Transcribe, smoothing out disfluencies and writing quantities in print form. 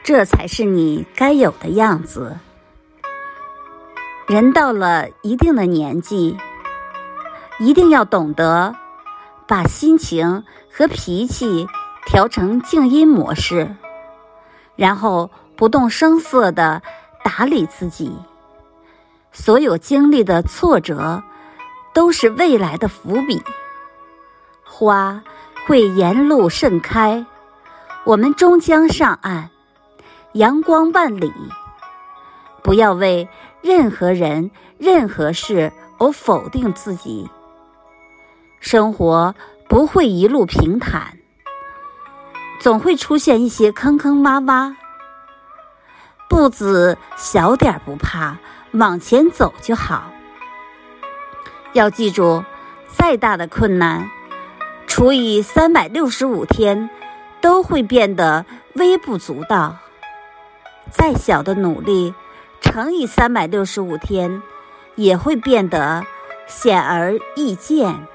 这才是你该有的样子。人到了一定的年纪，一定要懂得把心情和脾气调成静音模式，然后不动声色地打理自己。所有经历的挫折都是未来的伏笔，花会沿路盛开，我们终将上岸，阳光万里。不要为任何人任何事而否定自己。生活不会一路平坦，总会出现一些坑坑洼洼。步子小点不怕，往前走就好。要记住，再大的困难除以365天都会变得微不足道，再小的努力乘以365天也会变得显而易见。